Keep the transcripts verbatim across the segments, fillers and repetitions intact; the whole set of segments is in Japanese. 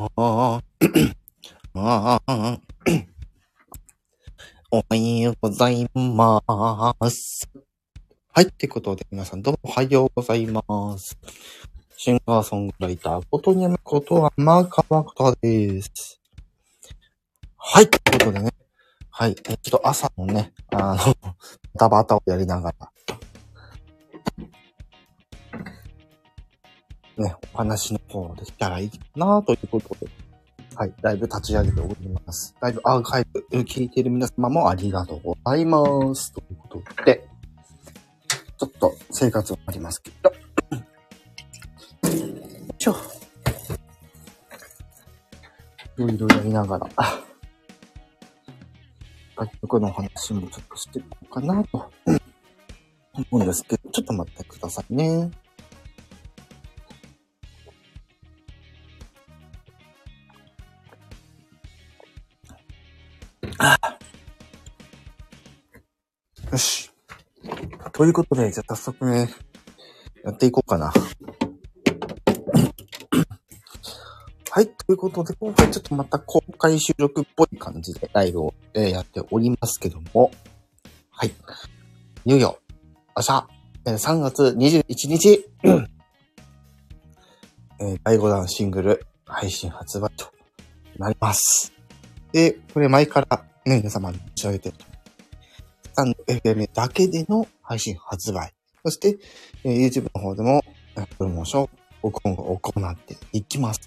ああ、あおはようございます。はい。ってことで、皆さんどうもおはようございます。シンガーソングライター、ことにゃむことは、まかわことです。はい。ってことでね。はい。え、ちょっと朝のね、あの、バタバタをやりながら、ね、お話の方できたらいいかなということで、はい。ライブ立ち上げております。ライブアーカイブ聞いている皆様もありがとうございます。ということで、ちょっと生活はありますけど。よいしょ。いろいろやりながら、楽曲の話もちょっとしていこうかなと思うんですけど、ちょっと待ってくださいね。よし。ということで、じゃあ早速ね、やっていこうかな。はい。ということで、今回ちょっとまた公開収録っぽい感じでライブを、えー、やっておりますけども、はい。いよいよ、明日、えー、さんがつにじゅういちにち、えー、だいごだんシングル配信発売となります。で、これ前からね、皆様に申し上げていると。スタンド エフエム だけでの配信発売。そして、えー、YouTube の方でもプロモーションを今後行っていきます。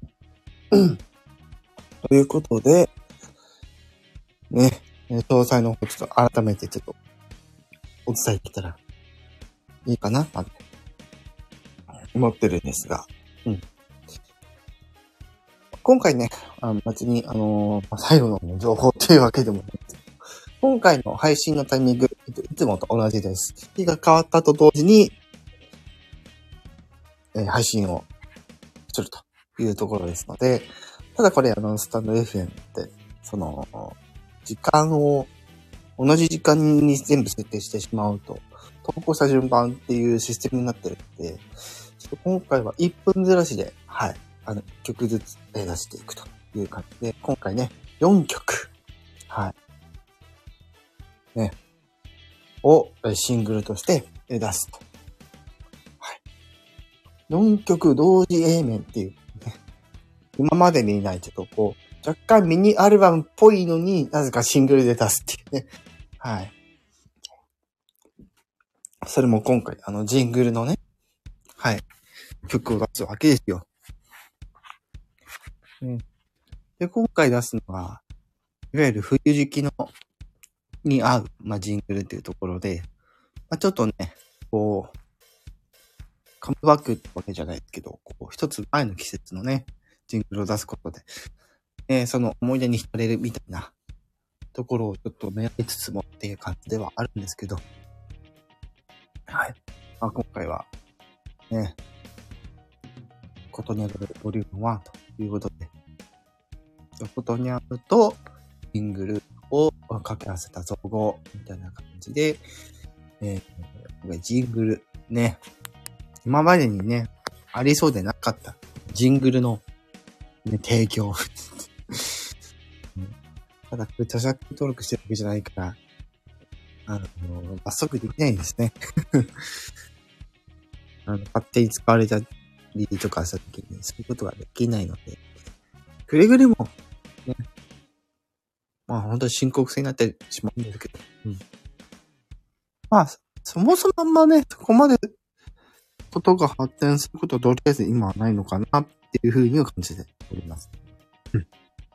ということで、ね、詳細の方ちょっと改めてちょっとお伝えできたらいいかなって思ってるんですが、うん、今回ね、あの別にあのー、最後の情報っていうわけでもないんですけど、今回の配信のタイミング、いつもと同じです。日が変わったと同時に、えー、配信をするというところですので、ただこれあの、スタンド エフエム って、その、時間を同じ時間に全部設定してしまうと、投稿した順番っていうシステムになってるので、ちょっと今回はいっぷんずらしで、はい、あの、いっきょくずつ出していくという感じで、今回ね、よんきょく、はい、ね、をシングルとして出すと。はい。よんきょく同時 A 面っていう、ね、今までにないちょっとこう、若干ミニアルバムっぽいのになぜかシングルで出すっていうね。はい。それも今回、あの、ジングルのね、はい、曲を出すわけですよ。うん、で、今回出すのは、いわゆる冬時期の、に合う、まあ、ジングルっていうところで、まあ、ちょっとね、こう、カムバックってわけじゃないですけど、こう、一つ前の季節のね、ジングルを出すことで、えー、その思い出に浸れるみたいなところをちょっと狙いつつもっていう感じではあるんですけど、はい。まあ、今回は、ね、ことにゃるボリュームワンということで、ことにゃるとジングルを掛け合わせた造語みたいな感じで、えー、ジングルね、今までにね、ありそうでなかったジングルの、ね、提供。ただ、これ著作登録してるわけじゃないから、あの、罰則できないんですね。あの勝手に使われたりとかしたときに、そういうことができないので、くれぐれも、ね、まあ本当に深刻性になってしまうんですけど、うん、まあ、そもそもあんまね、そこまでことが発展することはとりあえず今はないのかなっていうふうには感じております。うん。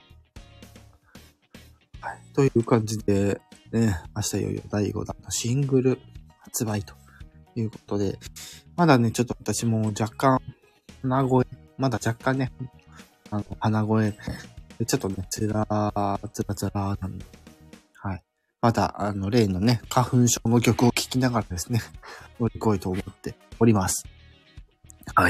はい。という感じで、ね、明日いよいよだいごだんのシングル発売ということで、まだね、ちょっと私も若干、鼻声、まだ若干ね、あの、鼻声、ちょっとね、つらー、つらつらーなんで、はい。まだ、あの、例のね、花粉症の曲を聴きながらですね、乗り越えと思っております。はい。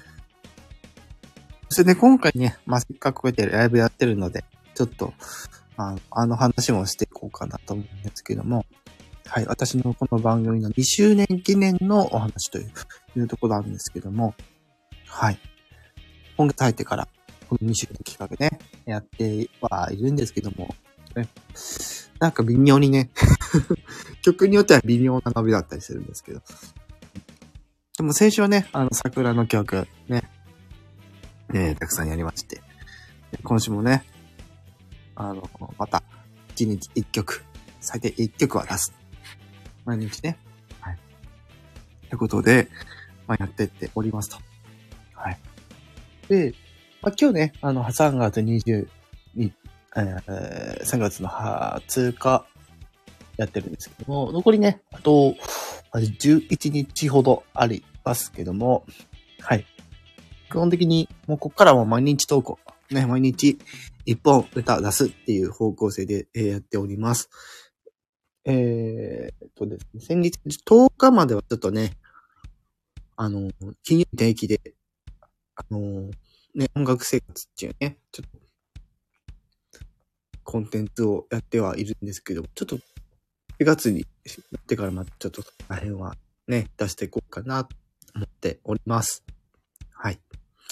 それで今回ね、まあ、せっかくこうやってライブやってるので、ちょっと、あの、あの話もしていこうかなと思うんですけども、はい。私のこの番組のにしゅうねん記念のお話という、いうところなんですけども、はい。今月入ってから、 このに週の企画ね、やってはいるんですけども、ね、なんか微妙にね、曲によっては微妙な伸びだったりするんですけど。でも先週はね、あの、桜の曲、ね、えー、たくさんやりまして、今週もね、あの、また、一日一曲、最低一曲は出す。毎日ね。はい。ということで、まあ、やってっておりますと。はい。で、まあ、今日ね、あの、さんがつにじゅうに、えー、さんがつのはつかやってるんですけども、残りね、あと、じゅういちにちほどありますけども、はい。基本的に、もうこっからは毎日投稿、ね、毎日一本歌出すっていう方向性で、えー、やっております。えーっとですね、先日とおかまではちょっとね、あの、金曜日定期で、あの、ね、音楽生活っていうね、ちょっと、コンテンツをやってはいるんですけど、ちょっと、しがつになってからまたちょっとそこら辺はね、出していこうかなと思っております。はい。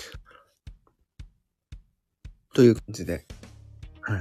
という感じで、はい。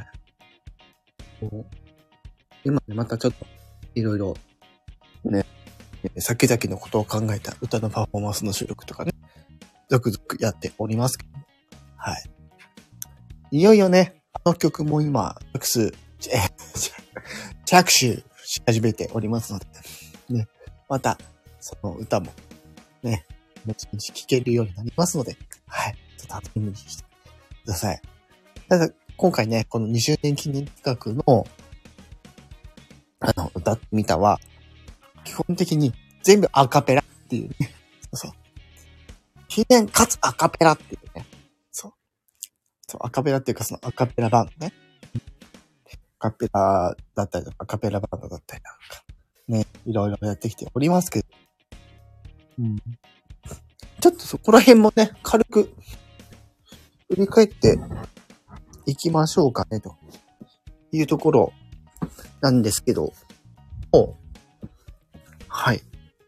今ね、またちょっと、いろいろ、ね、先々のことを考えた歌のパフォーマンスの収録とかね、続々やっておりますけど、はい。いよいよね、あの曲も今、着手、着手し始めておりますので、ね、また、その歌も、ね、後々聴けるようになりますので、はい。ちょっと楽しみにしてください。ただ、今回ね、このにじゅうねん記念企画の、あの、歌ってみたは、基本的に全部アカペラっていうね。そうそう。記念かつアカペラっていうね。そう。そう、アカペラっていうかそのアカペラバンドね。アカペラだったりとか、アカペラバンドだったりなんか、ね、いろいろやってきておりますけど。うん。ちょっとそこら辺もね、軽く振り返っていきましょうかね、というところなんですけど。おはい。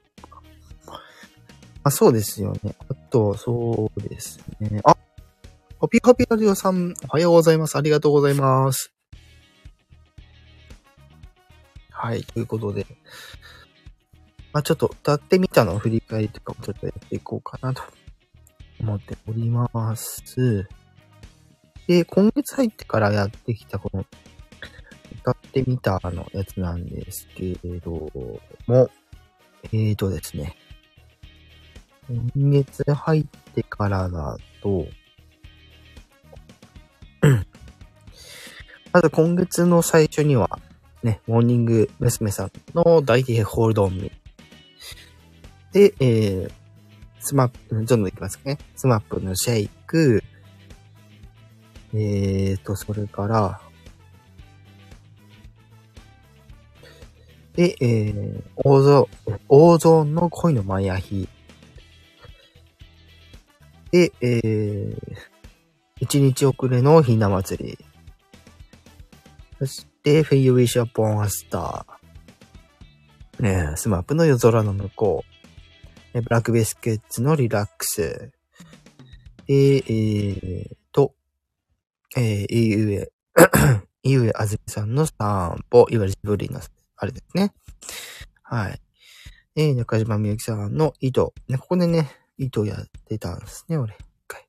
あ、そうですよね。あと、そうですね。あ、ホピホピラジオさん、おはようございます。ありがとうございます。はい、ということで。まあちょっと歌ってみたのを振り返りとかもちょっとやっていこうかなと思っております。で、今月入ってからやってきたこの歌ってみたのやつなんですけれども、えーとですね。今月入ってからだと、まず今月の最初には、ね、モーニング娘。さんの大体ホールドオンミで、えー、スマップ、どんどんいきますね。スマップのシェイク、えーと、それから、で、えー、大ゾ大ゾーンの恋のマヤヒ。で、えー、一日遅れのひな祭り。そして、フェイウィッシュアポンアスター。ねえ、スマップの夜空の向こう。ブラックビスケッツのリラックス。で、えーと、えー、イウエ、イウエあずみさんの散歩、いわゆるジブリの、あれですね。はい。えー、中島みゆきさんの井戸。ね、ここでね、井戸やってたんですね、俺。一回。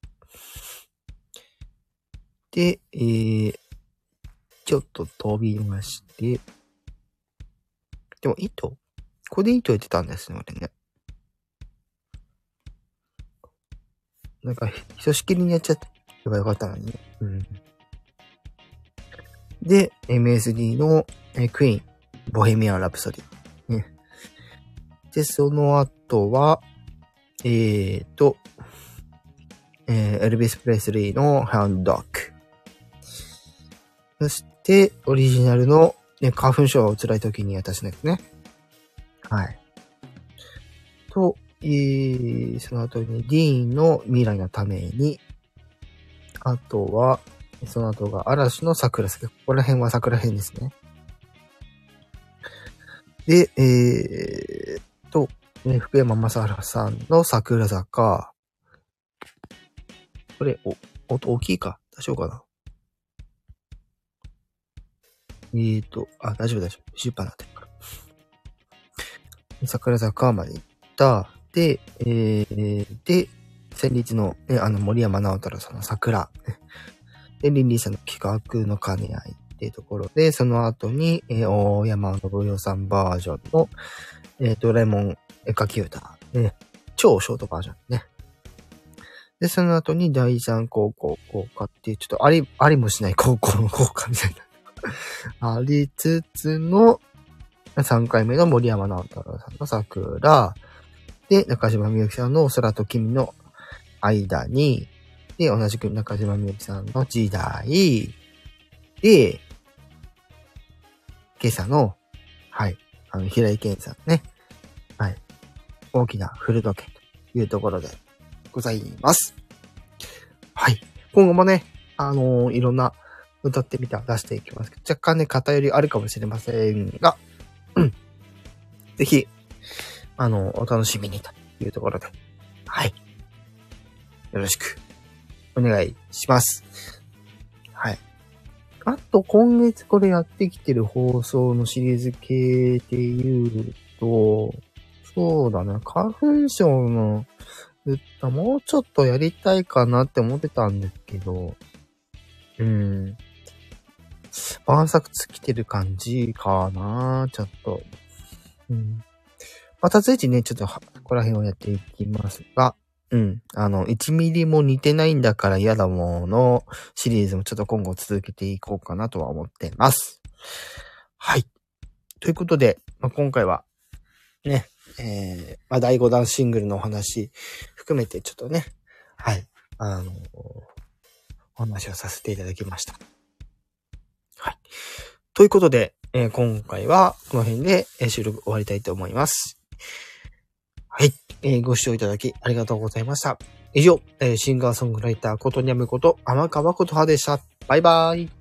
で、えー、ちょっと飛びまして、でも井戸ここで井戸やってたんですね、俺ね。なんか、ひとしきりにやっちゃってればよかったのにね。うん。で、エムエスディー の、えー、クイーン、ボヘミアン・ラプソディ。ね。で、その後は、えーと、えー、エルビス・プレスリーのハウンドドッグ。そして、オリジナルの、ね、花粉症を辛い時に私のやつね。はい。と、えー、その後に、ディーンの未来のために、あとは、その後が嵐の桜坂。ここら辺は桜編ですね。で、えーと、ね、福山雅治さんの桜坂。これ、お、 音大きいか大丈夫かなえーと、あ、大丈夫大丈夫。シューパーなってるから。桜坂まで行った。で、えー、で、先日の、ね、あの、森山直太朗さんの桜。で、リンリンさんの企画の兼ね合いっていうところで、その後に、えー、大山信代さんバージョンの、えー、ドラえもん絵描き歌。ね、超ショートバージョンね。で、その後に第三高校校歌っていう、ちょっとあり、ありもしない高校の校歌みたいな。ありつつの、さんかいめの森山直太朗さんの桜。で、中島みゆきさんの空と君の間に、で、同じく中島みゆきさんの時代。で、今朝の、はい、あの、平井堅さんね。はい。大きな古時計というところでございます。はい。今後もね、あのー、いろんな歌ってみた出していきますけど、若干ね、偏りあるかもしれませんが、うん。ぜひ、あのー、お楽しみにというところで、はい。よろしくお願いします。はい。あと、今月これやってきてる放送のシリーズ系っていうと、そうだね、花粉症の歌もうちょっとやりたいかなって思ってたんですけど、うん。晩作尽きてる感じかな、ちょっと。うん。また随時ね、ちょっとここら辺をやっていきますが、うん。あの、いちミリも似てないんだから嫌だもんのシリーズもちょっと今後続けていこうかなとは思ってます。はい。ということで、まあ、今回は、ね、えー、まあ、だいごだんシングルのお話含めてちょっとね、はい、あの、お話をさせていただきました。はい。ということで、えー、今回はこの辺で収録終わりたいと思います。はい、えー。ご視聴いただきありがとうございました。以上、えー、シンガーソングライターことにゃむこと天川琴葉でした。バイバーイ。